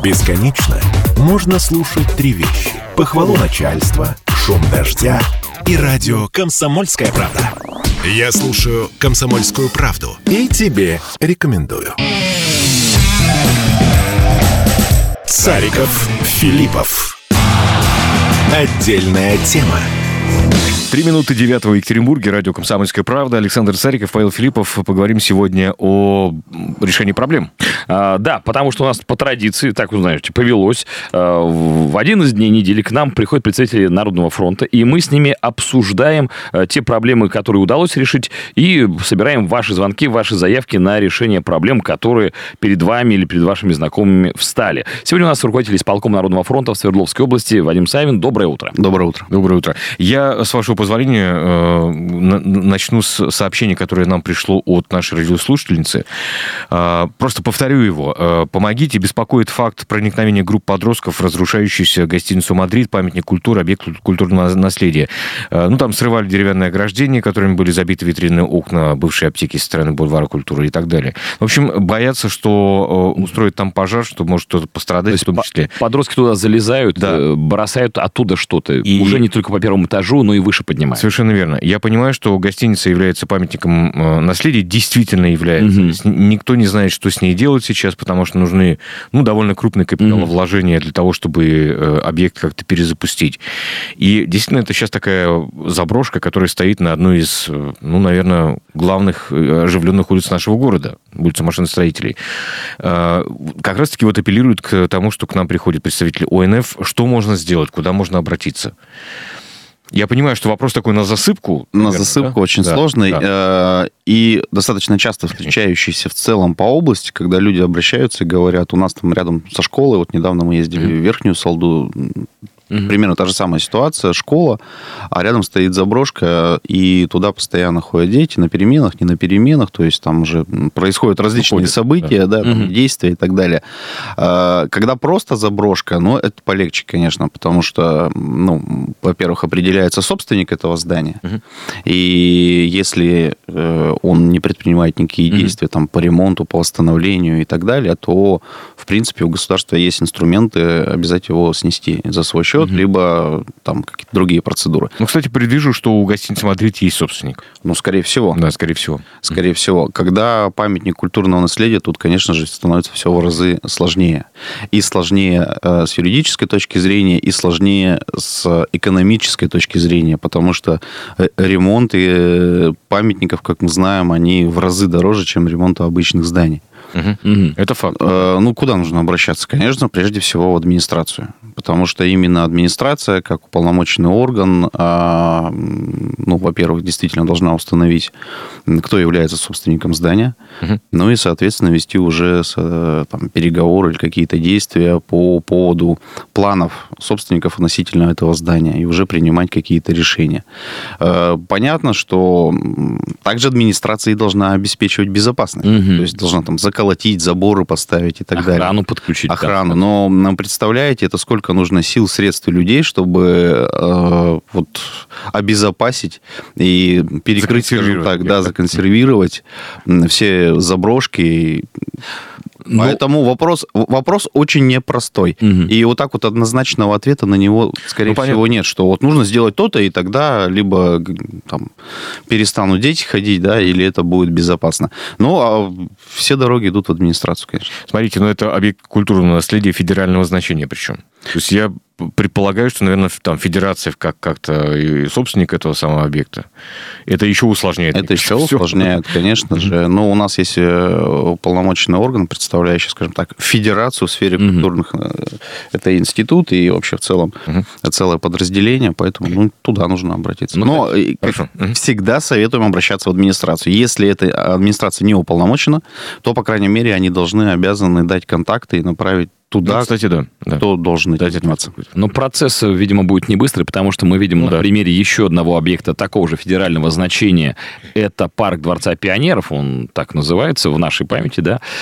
Бесконечно можно слушать три вещи: похвалу начальства, шум дождя и радио «Комсомольская правда». Я слушаю «Комсомольскую правду» и тебе рекомендую. Цариков, Филиппов. Отдельная тема. 3 минуты 9 в Екатеринбурге. Радио «Комсомольская правда». Александр Цариков, Павел Филиппов. Поговорим сегодня о решении проблем. Да, потому что у нас по традиции, так вы знаете, повелось. В один из дней недели к нам приходят представители Народного фронта, и мы с ними обсуждаем те проблемы, которые удалось решить, и собираем ваши звонки, ваши заявки на решение проблем, которые перед вами или перед вашими знакомыми встали. Сегодня у нас руководитель исполкома Народного фронта в Свердловской области Вадим Савин. Доброе утро. Доброе утро. Доброе утро. Я, с вашего позволения, начну с сообщения, которое нам пришло от нашей радиослушательницы. Просто повторю его. Помогите, беспокоит факт проникновения групп подростков в разрушающуюся гостиницу «Мадрид», памятник культуры, объект культурного наследия. Там срывали деревянное ограждение, которыми были забиты витринные окна бывшей аптеки со стороны бульвара культуры и так далее. В общем, боятся, что устроят там пожар, что может кто-то пострадать, в том числе. Подростки туда залезают, да, бросают оттуда что-то. И уже не только по первому этажу, но и выше поднимают. Совершенно верно. Я понимаю, что гостиница является памятником наследия, действительно является. Никто не знает, что с ней делать сейчас, потому что нужны довольно крупные капиталовложения для того, чтобы объект как-то перезапустить. И действительно, это сейчас такая заброшка, которая стоит на одной из, наверное, главных оживленных улиц нашего города, улица машиностроителей. Как раз-таки апеллируют к тому, что к нам приходят представители ОНФ, что можно сделать, куда можно обратиться. Я понимаю, что вопрос такой на засыпку. На засыпку, да? Очень сложный. Да. И достаточно часто встречающийся в целом по области, когда люди обращаются и говорят, у нас там рядом со школой, недавно мы ездили в Верхнюю Салду, примерно та же самая ситуация, школа, а рядом стоит заброшка, и туда постоянно ходят дети на переменах, не на переменах, то есть там уже происходят различные события, действия и так далее. Когда просто заброшка, это полегче, конечно, потому что, во-первых, определяется собственник этого здания, и если он не предпринимает никакие действия по ремонту, по восстановлению и так далее, то, в принципе, у государства есть инструменты обязать его снести за свой счет, либо какие-то другие процедуры. Кстати, предвижу, что у гостиницы «Мадрид» есть собственник. Скорее всего. Да, скорее всего. Скорее всего. Когда памятник культурного наследия, тут, конечно же, становится все в разы сложнее. И сложнее с юридической точки зрения, и сложнее с экономической точки зрения, потому что ремонты памятников, как мы знаем, они в разы дороже, чем ремонт обычных зданий. Это факт. Куда нужно обращаться? Конечно, прежде всего в администрацию. Потому что именно администрация, как уполномоченный орган, во-первых, действительно должна установить, кто является собственником здания, и, соответственно, вести уже переговоры или какие-то действия по поводу планов собственников относительно этого здания и уже принимать какие-то решения. Понятно, что также администрация должна обеспечивать безопасность. То есть должна заколотить, заборы поставить и так далее. Охрану подключить. Охрану. Но представляете, это сколько нужно сил, средств и людей, чтобы обезопасить и перекрыть, скажем так, законсервировать все заброшки. Поэтому вопрос очень непростой. И так однозначного ответа на него, скорее всего, нет. Что нужно сделать то-то, и тогда либо перестанут дети ходить, или это будет безопасно. А все дороги идут в администрацию, конечно. Смотрите, это объект культурного наследия федерального значения причем. То есть я предполагаю, что, наверное, федерация как-то и собственник этого самого объекта. Это еще усложняет. Это еще усложняет, конечно же. Но у нас есть уполномоченный орган, представляющий, скажем так, федерацию в сфере культурных. Это институт и вообще в целом целое подразделение, поэтому туда нужно обратиться. Но всегда советуем обращаться в администрацию. Если эта администрация не уполномочена, то, по крайней мере, они обязаны дать контакты и направить туда, кстати, кто должен этим заниматься. Но процесс, видимо, будет не быстрый, потому что мы видим на примере еще одного объекта такого же федерального значения. Это парк Дворца пионеров, он так называется в нашей памяти,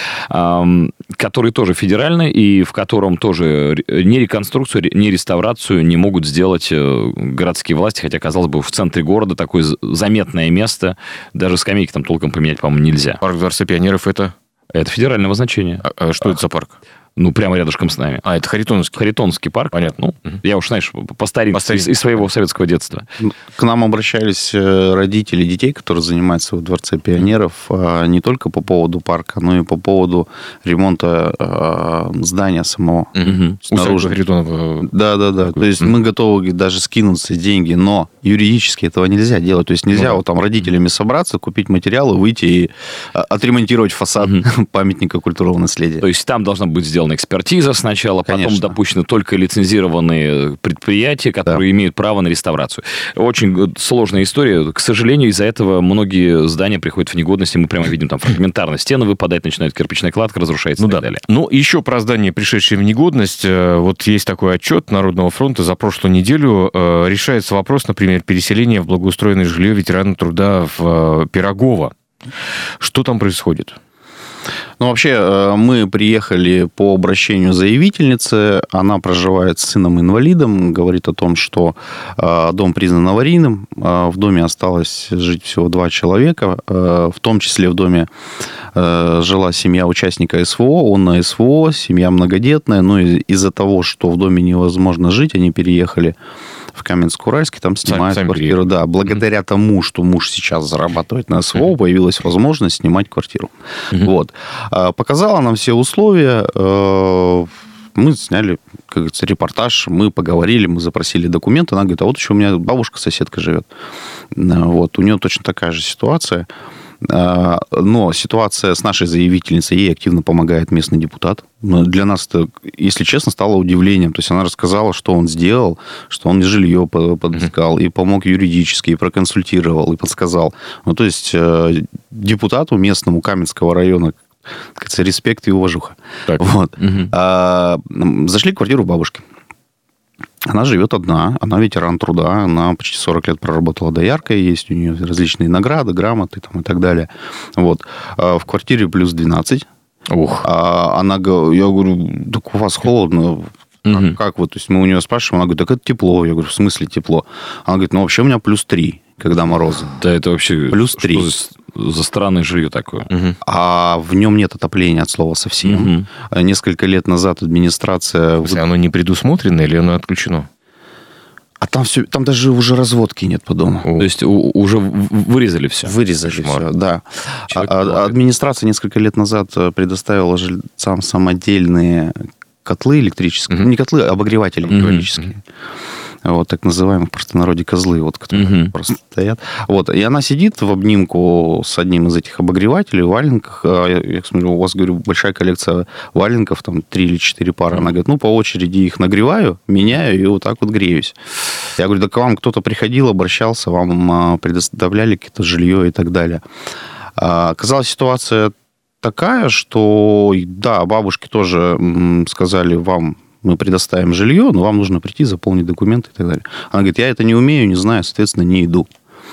который тоже федеральный, и в котором тоже ни реконструкцию, ни реставрацию не могут сделать городские власти, хотя, казалось бы, в центре города такое заметное место, даже скамейки там толком поменять, по-моему, нельзя. Парк Дворца пионеров это? Это федерального значения. А что это за парк? Ну, прямо рядышком с нами. Это Харитоновский. Харитоновский парк. Понятно. Я уж, знаешь, по старинке из своего советского детства. К нам обращались родители детей, которые занимаются в Дворце пионеров, не только по поводу парка, но и по поводу ремонта здания самого. Снаружи Харитонова. Да. То есть мы готовы даже скинуться деньги, но юридически этого нельзя делать. То есть нельзя вот там родителями собраться, купить материалы, выйти и отремонтировать фасад памятника культурного наследия. То есть там должна быть сделана экспертиза сначала, потом допущены только лицензированные предприятия, которые имеют право на реставрацию. Очень сложная история. К сожалению, из-за этого многие здания приходят в негодность, и мы прямо видим там фрагментарно стены выпадать, начинает кирпичная кладка, разрушается и так далее. Ну, еще про здания, пришедшие в негодность. Вот есть такой отчет Народного фронта за прошлую неделю. Решается вопрос, например, переселения в благоустроенное жилье ветерана труда в Пирогово. Что там происходит? Ну, вообще, мы приехали по обращению заявительницы. Она проживает с сыном-инвалидом. Говорит о том, что дом признан аварийным. В доме осталось жить всего 2 человека. В том числе в доме жила семья участника СВО. Он на СВО, семья многодетная. Но из-за того, что в доме невозможно жить, они переехали в Каменск-Уральский, там снимают квартиру. Да, благодаря тому, что муж сейчас зарабатывает на СВО, появилась возможность снимать квартиру. Вот. Показала нам все условия. Мы сняли, как говорится, репортаж, мы поговорили, мы запросили документы. Она говорит, а вот еще у меня бабушка-соседка живет. Вот. У нее точно такая же ситуация. Но ситуация с нашей заявительницей, ей активно помогает местный депутат. Для нас это, если честно, стало удивлением. То есть она рассказала, что он сделал, что он жилье подыскал, и помог юридически, и проконсультировал, и подсказал. Ну, то есть депутату местному Каменского района, как говорится, респект и уважуха. Вот. Зашли в квартиру бабушки. Она живет одна, она ветеран труда, она почти 40 лет проработала дояркой, есть у нее различные награды, грамоты там, и так далее. Вот. В квартире плюс 12. Она, я говорю, так у вас холодно, как вы? То есть мы у нее спрашиваем, она говорит, так это тепло. Я говорю, в смысле тепло? Она говорит, ну вообще у меня плюс 3, когда морозы. Да это вообще... Плюс 3. За странное жилье такое. А в нем нет отопления от слова совсем. Несколько лет назад администрация... Оно не предусмотрено или оно отключено? А там все, там даже уже разводки нет по дому. То есть уже вырезали все? Вырезали все, да. Администрация несколько лет назад предоставила жильцам самодельные котлы электрические. Не котлы, а обогреватели электрические. Вот, так называемых в простонародье козлы, вот, которые просто стоят. Вот, и она сидит в обнимку с одним из этих обогревателей в валенках. Я смотрю, у вас, говорю, большая коллекция валенков, там 3 или 4 пары. Она говорит, ну, по очереди их нагреваю, меняю и вот так вот греюсь. Я говорю, да к вам кто-то приходил, обращался, вам предоставляли какое-то жилье и так далее. Оказалась ситуация такая, что, да, бабушки тоже сказали, вам мы предоставим жилье, но вам нужно прийти, заполнить документы и так далее. Она говорит, я это не умею, не знаю, соответственно, не иду.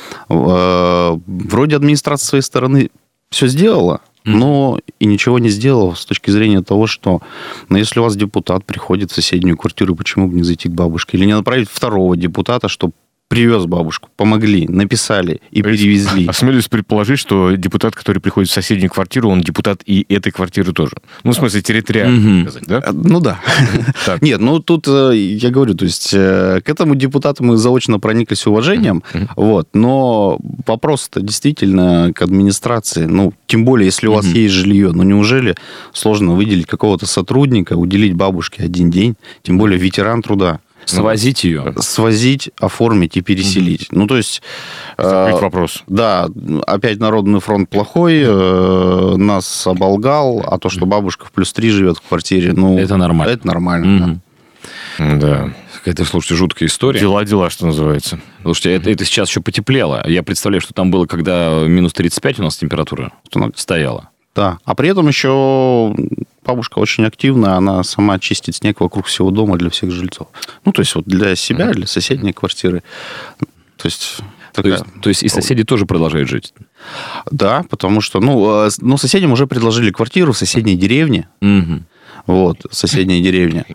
Вроде администрация с своей стороны все сделала, но и ничего не сделала с точки зрения того, что, ну, если у вас депутат приходит в соседнюю квартиру, почему бы не зайти к бабушке? Или не направить второго депутата, чтобы привез бабушку, помогли, написали и перевезли. Осмелюсь предположить, что депутат, который приходит в соседнюю квартиру, он депутат и этой квартиры тоже. Ну, в смысле, территориально, сказать, да? Ну, да. Нет, ну, тут я говорю, то есть к этому депутату мы заочно прониклись уважением, вот, но вопрос-то действительно к администрации, ну, тем более, если у вас есть жилье, ну, неужели сложно выделить какого-то сотрудника, уделить бабушке один день, тем более ветеран труда? Свозить ее. Свозить, оформить и переселить. Ну, то есть... Закрыть вопрос. Да, опять Народный фронт плохой, нас оболгал, а то, что бабушка в плюс 3 живет в квартире, ну... Это нормально. Это нормально, да. Это, слушайте, жуткая история. Дела, что называется. Слушайте, это сейчас еще потеплело. Я представляю, что там было, когда минус 35 у нас температура стояла. Да, а при этом еще бабушка очень активная, она сама чистит снег вокруг всего дома для всех жильцов. Ну, то есть вот для себя, для соседней квартиры. То есть и соседи тоже продолжают жить? Да, потому что, ну, соседям уже предложили квартиру в соседней деревне. Вот, соседняя деревня.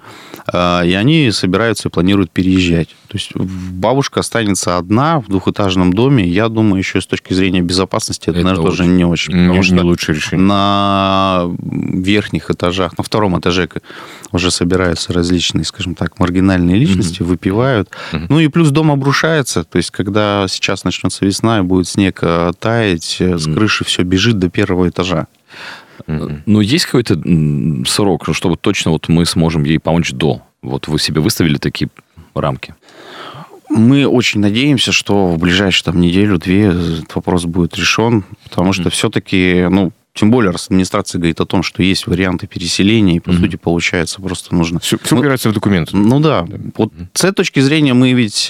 и они собираются и планируют переезжать. То есть бабушка останется одна в двухэтажном доме. Я думаю, еще с точки зрения безопасности это наверное, тоже не очень. Потому что не лучшее решение. На верхних этажах, на втором этаже уже собираются различные, скажем так, маргинальные личности, выпивают. Ну и плюс дом обрушается. То есть когда сейчас начнется весна и будет снег таять, с крыши все бежит до первого этажа. Но есть какой-то срок, чтобы точно вот мы сможем ей помочь до? Вот вы себе выставили такие рамки? Мы очень надеемся, что в ближайшую неделю-две этот вопрос будет решен, потому что все-таки, тем более, раз администрация говорит о том, что есть варианты переселения, и, по сути, получается, просто нужно... Все упирается в документы. Да. Вот с этой точки зрения мы ведь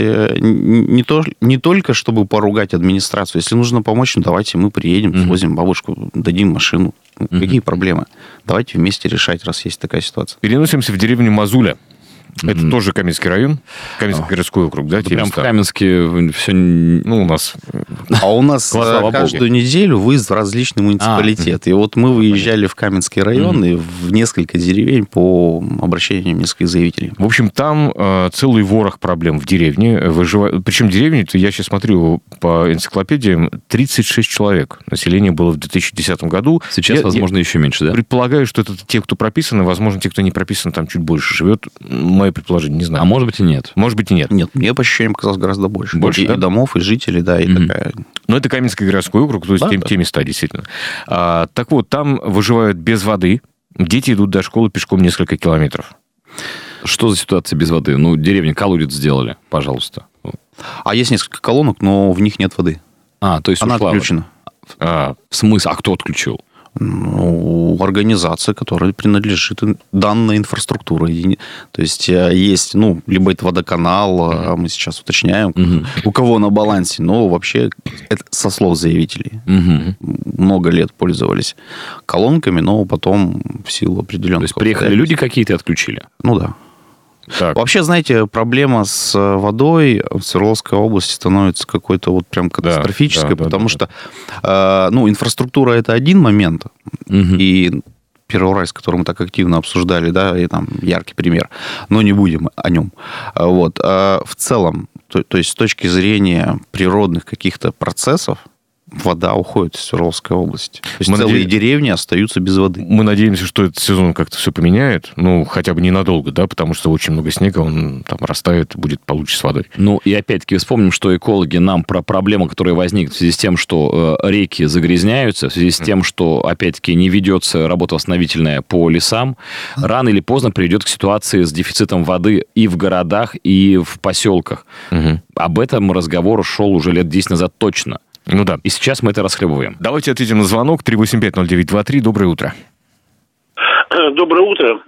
не только, чтобы поругать администрацию. Если нужно помочь, давайте мы приедем, свозим бабушку, дадим машину. Какие проблемы? Давайте вместе решать, раз есть такая ситуация. Переносимся в деревню Мазуля. Это тоже Каменский район, Каменский городской округ, да? Прям в Каменске все... у нас... А у нас каждую неделю выезд в различные муниципалитеты. И вот мы выезжали в Каменский район и в несколько деревень по обращениям нескольких заявителей. В общем, там целый ворох проблем в деревне. Причем деревни, я сейчас смотрю по энциклопедиям, 36 человек. Население было в 2010 году. Сейчас, возможно, еще меньше, да? Предполагаю, что это те, кто прописаны. Возможно, те, кто не прописан, там чуть больше живет. Мое предположение, не знаю. А может быть и нет. Может быть и нет. Нет, мне по ощущениям казалось гораздо больше. Больше, и домов, и жителей, да, и такая... Но это Каменский городской округ, то есть те места, действительно. Так вот, там выживают без воды. Дети идут до школы пешком несколько километров. Что за ситуация без воды? Деревня колодец сделали, пожалуйста. А есть несколько колонок, но в них нет воды. То есть она отключена. В смысле? А кто отключил? Организация, которой принадлежит данная инфраструктура. То есть есть, либо это водоканал, мы сейчас уточняем, у кого на балансе, но вообще это со слов заявителей. Много лет пользовались колонками, но потом в силу определенных... То есть приехали люди какие-то и отключили? Да. Так. Вообще, знаете, проблема с водой в Свердловской области становится какой-то прям катастрофической, потому что инфраструктура – это один момент, и Первоуральск, который мы так активно обсуждали, да, и там яркий пример, но не будем о нем. В целом, то есть с точки зрения природных каких-то процессов, вода уходит из Свердловской области. То есть целые деревни остаются без воды. Мы надеемся, что этот сезон как-то все поменяет. Хотя бы ненадолго, да, потому что очень много снега, он там растает, будет получше с водой. И опять-таки вспомним, что экологи нам про проблему, которая возникнет в связи с тем, что реки загрязняются, в связи с тем, что, опять-таки, не ведется работа восстановительная по лесам, рано или поздно приведет к ситуации с дефицитом воды и в городах, и в поселках. Об этом разговор шел уже лет 10 назад точно. Да. И сейчас мы это расхлебываем. Давайте ответим на звонок. 3850923. Доброе утро. Доброе утро.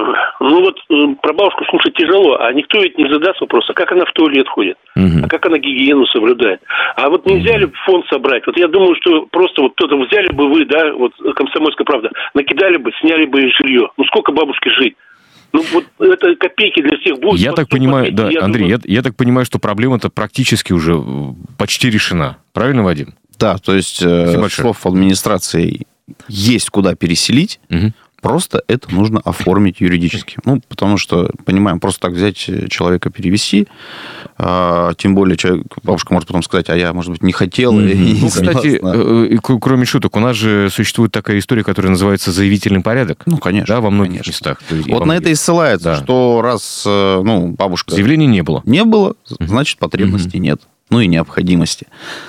Про бабушку слушать тяжело, а никто ведь не задаст вопрос, а как она в туалет ходит, а как она гигиену соблюдает. А нельзя ли фонд собрать? Я думаю, что просто кто-то взяли бы вы, да, «Комсомольская правда», накидали бы, сняли бы жилье. Сколько бабушке жить? Это копейки для всех будут. Я так понимаю, да, Андрей, я так понимаю, что проблема-то практически уже почти решена. Правильно, Вадим? Да, то есть слов администрации есть куда переселить, просто это нужно оформить юридически. Потому что, понимаем, просто так взять человека, перевести, тем более бабушка может потом сказать, а я, может быть, не хотела. Кстати, кроме шуток, у нас же существует такая история, которая называется заявительный порядок. Конечно. Да, во многих местах. На это и ссылается, что раз бабушка... Заявления не было. Не было, значит, потребности нет. И необходимости.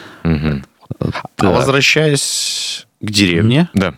А возвращаясь к деревне... Да.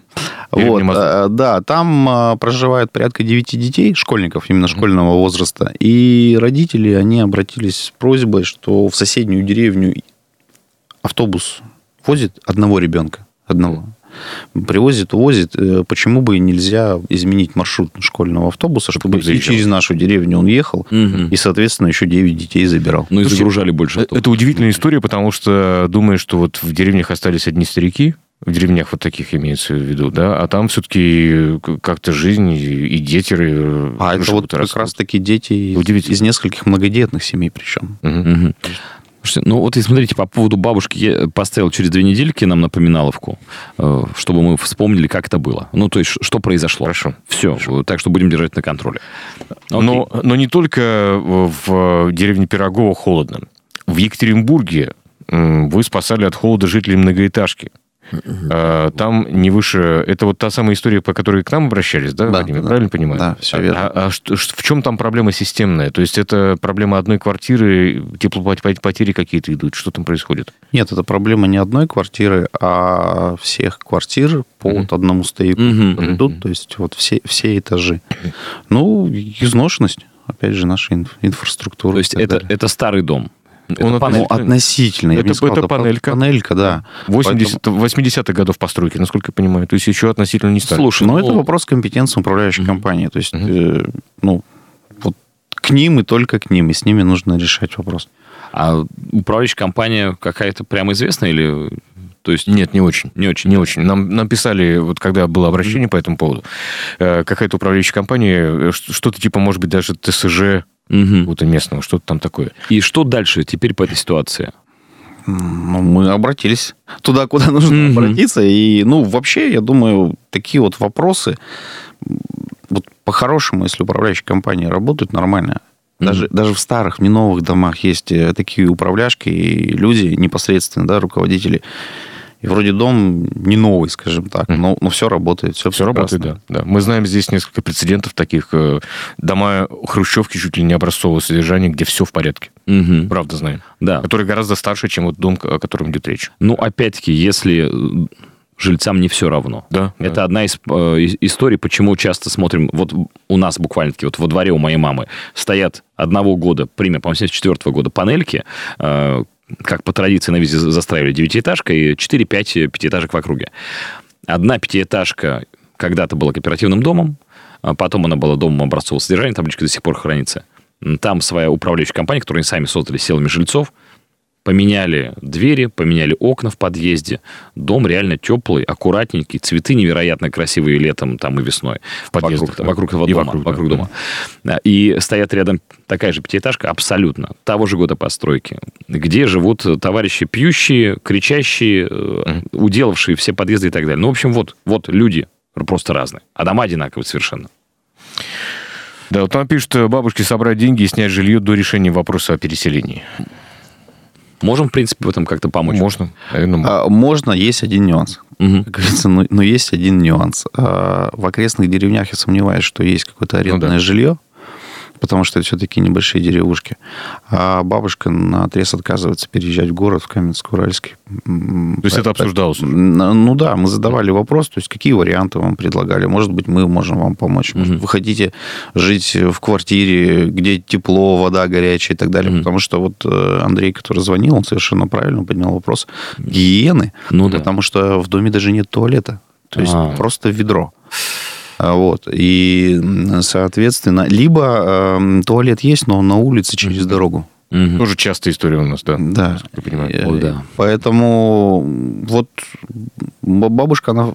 Там проживает порядка 9 детей, школьников, именно школьного возраста. И родители, они обратились с просьбой, что в соседнюю деревню автобус возит одного ребенка. Привозит, увозит. Почему бы нельзя изменить маршрут школьного автобуса, чтобы и через нашу деревню он ехал, и, соответственно, еще 9 детей забирал. И загружали больше автобусов. Это удивительная история, потому что думаю, что в деревнях остались одни старики, в деревнях таких имеется в виду, да, а там все-таки как-то жизнь и дети... А это как раз-таки дети из нескольких многодетных семей причем. И смотрите, по поводу бабушки я поставил через 2 недельки нам напоминаловку, чтобы мы вспомнили, как это было. То есть, что произошло. Хорошо. Все, так что будем держать на контроле. Но не только в деревне Пирогово холодно. В Екатеринбурге вы спасали от холода жителей многоэтажки. Там не выше... Это вот та самая история, по которой к нам обращались, да, Владимир? Правильно понимаю? Да, все верно. В чем там проблема системная? То есть это проблема одной квартиры, теплопотери какие-то идут? Что там происходит? Нет, это проблема не одной квартиры, а всех квартир по вот одному стояку идут, то есть вот все этажи. Ну, изношенность, опять же, нашей инфраструктуры. То есть это старый дом? Относительно. Это панелька. Панелька, да. 80-х годов постройки, насколько я понимаю. То есть еще относительно не старый. Слушай, это вопрос компетенции управляющей компании. То есть, вот к ним и только к ним, и с ними нужно решать вопрос. А управляющая компания какая-то прямо известная или... То есть... Нет, не очень. Не очень. Нам писали, вот когда было обращение по этому поводу, какая-то управляющая компания, что-то типа, может быть, даже ТСЖ, какого-то местного, что-то там такое. И что дальше теперь по этой ситуации? Мы обратились туда, куда нужно обратиться. И, вообще, я думаю, такие вот вопросы, вот по-хорошему, если управляющие компании работают нормально, даже в старых, не новых домах есть такие управляшки и люди непосредственно, да, руководители. И вроде дом не новый, скажем так, но все работает, все работает, да. Мы знаем здесь несколько прецедентов таких. Дома хрущевки чуть ли не образцового содержания, где все в порядке. Правда знаем. Да. Который гораздо старше, чем вот дом, о котором идет речь. Опять-таки, если жильцам не все равно. Да. Это одна из историй, почему часто смотрим... Вот у нас буквально-таки вот во дворе у моей мамы стоят одного года, примерно, по-моему, 74-го года панельки, как по традиции на визе застраивали 9-этажка и 4-5 пятиэтажек в округе. Одна пятиэтажка когда-то была кооперативным домом, потом она была домом образцового содержания, табличка до сих пор хранится. Там своя управляющая компания, которую они сами создали силами жильцов, поменяли двери, поменяли окна в подъезде. Дом реально теплый, аккуратненький, цветы невероятно красивые летом там и весной. Вокруг дома. И стоят рядом такая же пятиэтажка, абсолютно того же года постройки, где живут товарищи пьющие, кричащие, уделавшие все подъезды и так далее. В общем, вот люди просто разные, а дома одинаковые совершенно. Да, вот там пишут, бабушке собрать деньги и снять жилье до решения вопроса о переселении. Можем, в принципе, в этом как-то помочь? Можно, наверное. Можно, есть один нюанс. Как говорится, но есть один нюанс. В окрестных деревнях я сомневаюсь, что есть какое-то арендное жилье, потому что это все-таки небольшие деревушки. А бабушка наотрез отказывается переезжать в город, в Каменск-Уральский. То есть это обсуждалось? Да, мы задавали вопрос, то есть какие варианты вам предлагали. Может быть, мы можем вам помочь. Может, вы хотите жить в квартире, где тепло, вода горячая и так далее. Потому что вот Андрей, который звонил, он совершенно правильно поднял вопрос гигиены. Потому что в доме даже нет туалета. То есть просто ведро. Вот. И, соответственно, либо туалет есть, но он на улице через дорогу. Тоже частая история у нас, да? Да. Я понимаю. Да. Поэтому вот бабушка, она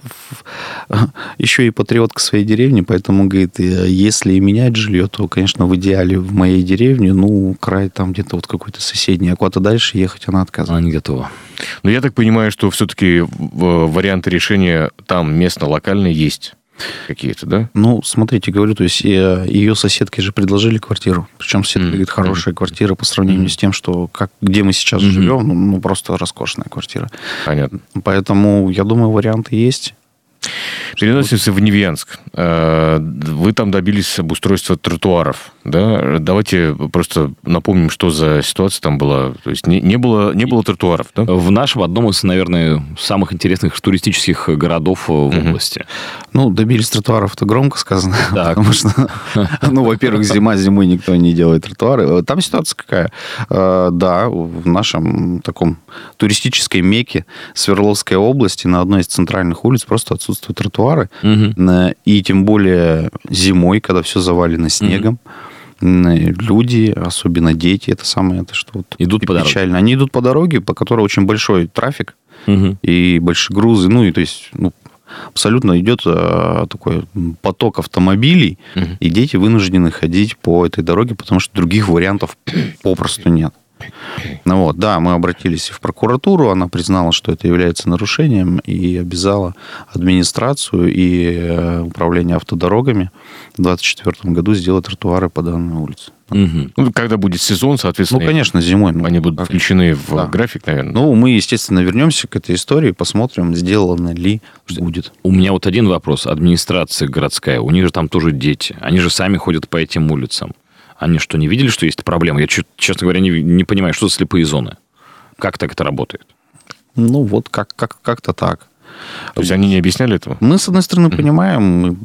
еще и патриотка своей деревни, поэтому говорит, если менять жилье, то, конечно, в идеале в моей деревне, край там где-то вот какой-то соседний, а куда-то дальше ехать она отказывается. Она не готова. Но я так понимаю, что все-таки варианты решения там местно, локальные есть. Какие-то, да? Смотрите, говорю, то есть ее соседке же предложили квартиру. Причем соседка говорит, хорошая квартира по сравнению с тем, что где мы сейчас живем, просто роскошная квартира. Понятно. Поэтому, я думаю, варианты есть. Переносимся в Невьянск. Вы там добились обустройства тротуаров, да? Давайте просто напомним, что за ситуация там была. То есть не было тротуаров, да? В нашем одном из, наверное, самых интересных туристических городов в области. Добились тротуаров, это громко сказано. Потому что, во-первых, зимой никто не делает тротуары. Там ситуация какая? Да, в нашем таком туристической мекке Свердловской области на одной из центральных улиц просто отсутствуют тротуары. И тем более зимой, когда все завалено снегом, люди, особенно дети, это что идут по печально. Дороге. Они идут по дороге, по которой очень большой трафик и большие грузы. То есть абсолютно идет такой поток автомобилей, и дети вынуждены ходить по этой дороге, потому что других вариантов попросту нет. Ну, вот, да, мы обратились в прокуратуру, она признала, что это является нарушением, и обязала администрацию и управление автодорогами в 2024 году сделать тротуары по данной улице. Угу. Ну, когда будет сезон, соответственно... Ну, конечно, зимой. Они будут включены в график, наверное. Ну, мы, естественно, вернемся к этой истории, посмотрим, сделано ли будет. У меня вот один вопрос. Администрация городская, у них же там тоже дети. Они же сами ходят по этим улицам. Они что, не видели, что есть проблема? Я, честно говоря, не понимаю, что за слепые зоны. Как так это работает? Ну, вот как-то так. То есть они не объясняли этого? Мы, с одной стороны, понимаем...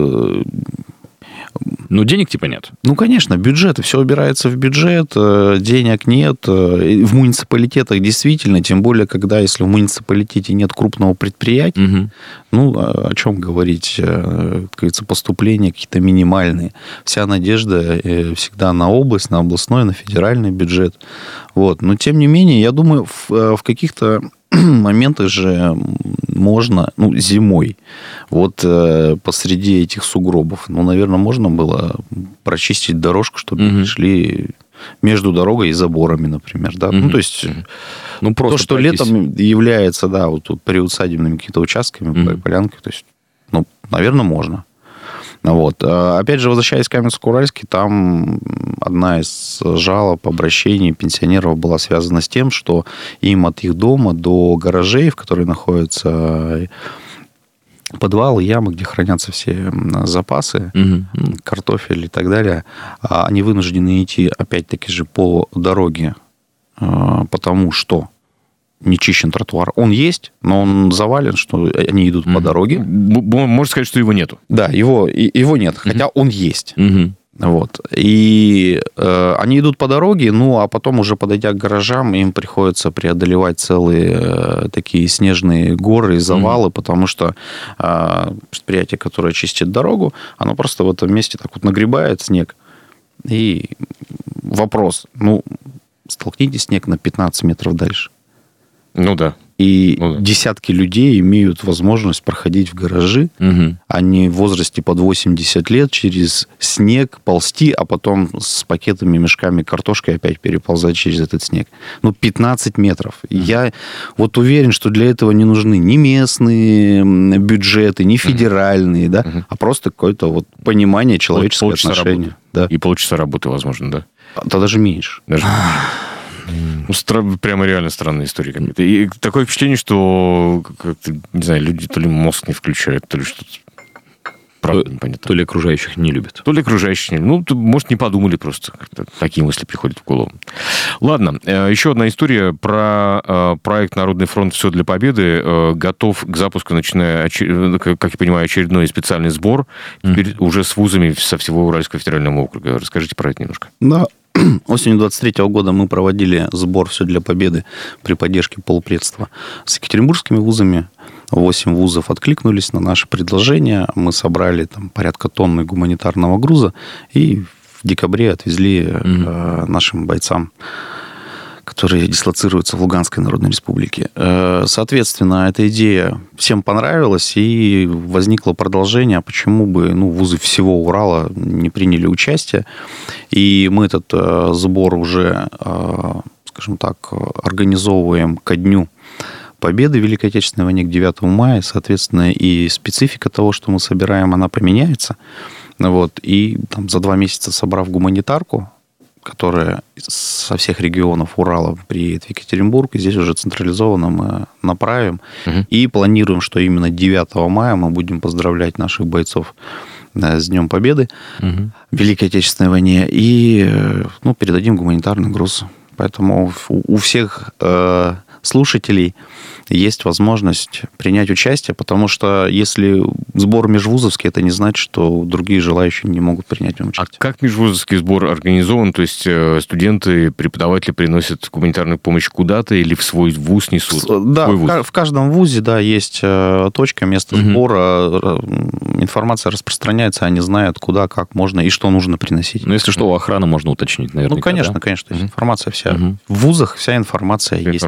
Ну, денег типа нет. Ну, конечно, бюджет, все убирается в бюджет, денег нет. В муниципалитетах действительно, тем более, когда, если в муниципалитете нет крупного предприятия, ну, о чем говорить, как говорится, поступления какие-то минимальные. Вся надежда всегда на область, на областной, на федеральный бюджет. Вот. Но, тем не менее, я думаю, в каких-то моментах же можно, ну, зимой, вот посреди этих сугробов, ну, наверное, можно было прочистить дорожку, чтобы шли между дорогой и заборами, например, да, ну, то есть ну, просто то, что летом является, да, вот тут приусадебными какими-то участками, полянками, то есть, ну, наверное, можно. Вот. Опять же, возвращаясь к Каменск-Уральске, там одна из жалоб, обращений пенсионеров была связана с тем, что им от их дома до гаражей, в которых находятся подвалы, ямы, где хранятся все запасы, картофель и так далее, они вынуждены идти, опять-таки же, по дороге, потому что не чищен тротуар. Он есть, но он завален, что они идут по дороге. Можно сказать, что его нету. Да, его нет, хотя он есть. Вот. И они идут по дороге, ну, а потом уже, подойдя к гаражам, им приходится преодолевать целые такие снежные горы и завалы, потому что предприятие, которое чистит дорогу, оно просто в этом месте так вот нагребает снег. И вопрос, ну, столкните снег на 15 метров дальше. Ну да. И десятки людей имеют возможность проходить в гаражи, они в возрасте под 80 лет через снег ползти, а потом с пакетами, мешками картошкой опять переползать через этот снег. Ну, 15 метров. Я вот уверен, что для этого не нужны ни местные бюджеты, ни федеральные, да, а просто какое-то вот понимание человеческого отношения. Да. И полчаса работы, возможно, да? Да даже меньше. Ну, прямо реально странная история какая-то. И такое впечатление, что, не знаю, люди то ли мозг не включают, то ли что-то... Правда, непонятно. То ли окружающих не любят. То ли окружающих не любят. Ну, может, не подумали просто. Как-то такие мысли приходят в голову. Ладно. Еще одна история про проект «Народный фронт. Все для победы». Готов к запуску, начиная, как я понимаю, очередной специальный сбор. Теперь уже с вузами со всего Уральского федерального округа. Расскажите про это немножко. Да. Осенью 23 года мы проводили сбор «Все для победы» при поддержке полпредства с екатеринбургскими вузами. 8 вузов откликнулись на наше предложение. Мы собрали там порядка тонны гуманитарного груза и в декабре отвезли нашим бойцам, которые дислоцируются в Луганской Народной Республике. Соответственно, эта идея всем понравилась, и возникло продолжение, почему бы вузы всего Урала не приняли участие. И мы этот сбор уже, скажем так, организовываем ко дню Победы в Великой Отечественной войне, к 9 мая. Соответственно, и специфика того, что мы собираем, она поменяется. Вот. И там, за 2 месяца, собрав гуманитарку, которая со всех регионов Урала приедет в Екатеринбург, и здесь уже централизованно мы направим. И планируем, что именно 9 мая мы будем поздравлять наших бойцов с Днем Победы в Великой Отечественной войне и передадим гуманитарный груз. Поэтому у всех слушателей есть возможность принять участие, потому что если сбор межвузовский, это не значит, что другие желающие не могут принять в нем участие. А как межвузовский сбор организован? То есть студенты, преподаватели приносят гуманитарную помощь куда-то или в свой вуз несут? Да, в каждом вузе, да, есть точка, место сбора. Информация распространяется, они знают, куда, как можно и что нужно приносить. Ну, если что, у охраны можно уточнить, наверное. Конечно, конечно. То есть информация вся. В вузах вся информация есть. Информация есть.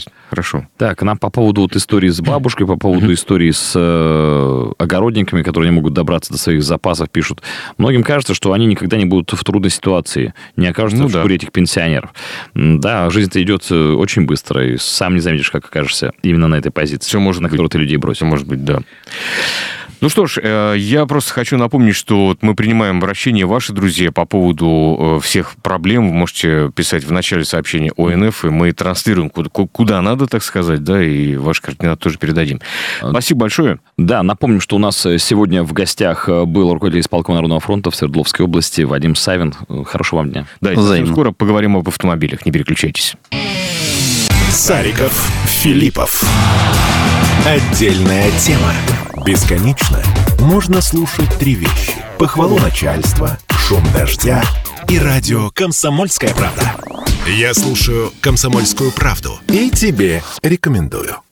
есть. Хорошо. Так, нам по поводу вот истории с бабушкой, по поводу истории с огородниками, которые не могут добраться до своих запасов, пишут. Многим кажется, что они никогда не будут в трудной ситуации, не окажутся в шкуре этих пенсионеров. Да, жизнь-то идет очень быстро, и сам не заметишь, как окажешься именно на этой позиции, все может на которой ты людей бросил. Может быть, да. Ну что ж, я просто хочу напомнить, что мы принимаем обращения ваши, друзья, по поводу всех проблем. Вы можете писать в начале сообщения ОНФ, и мы транслируем куда надо, так сказать, да, и ваши координаты тоже передадим. Спасибо большое. Да, напомним, что у нас сегодня в гостях был руководитель исполкома Народного фронта в Свердловской области Вадим Савин. Хорошего вам дня. Да, и скоро поговорим об автомобилях. Не переключайтесь. Сариков, Филиппов. Отдельная тема. Бесконечно можно слушать три вещи. Похвалу начальства, шум дождя и радио «Комсомольская правда». Я слушаю «Комсомольскую правду» и тебе рекомендую.